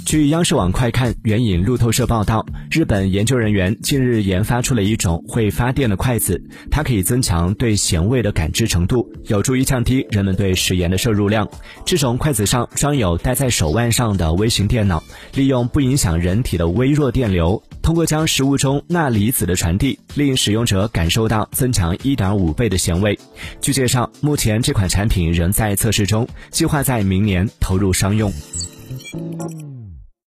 据央视网快看援引路透社报道，日本研究人员近日研发出了一种会发电的筷子，它可以增强对咸味的感知程度，有助于降低人们对食盐的摄入量。这种筷子上装有戴在手腕上的微型电脑，利用不影响人体的微弱电流，通过将食物中钠离子的传递，令使用者感受到增强 1.5 倍的咸味。据介绍，目前这款产品仍在测试中，计划在明年投入商用。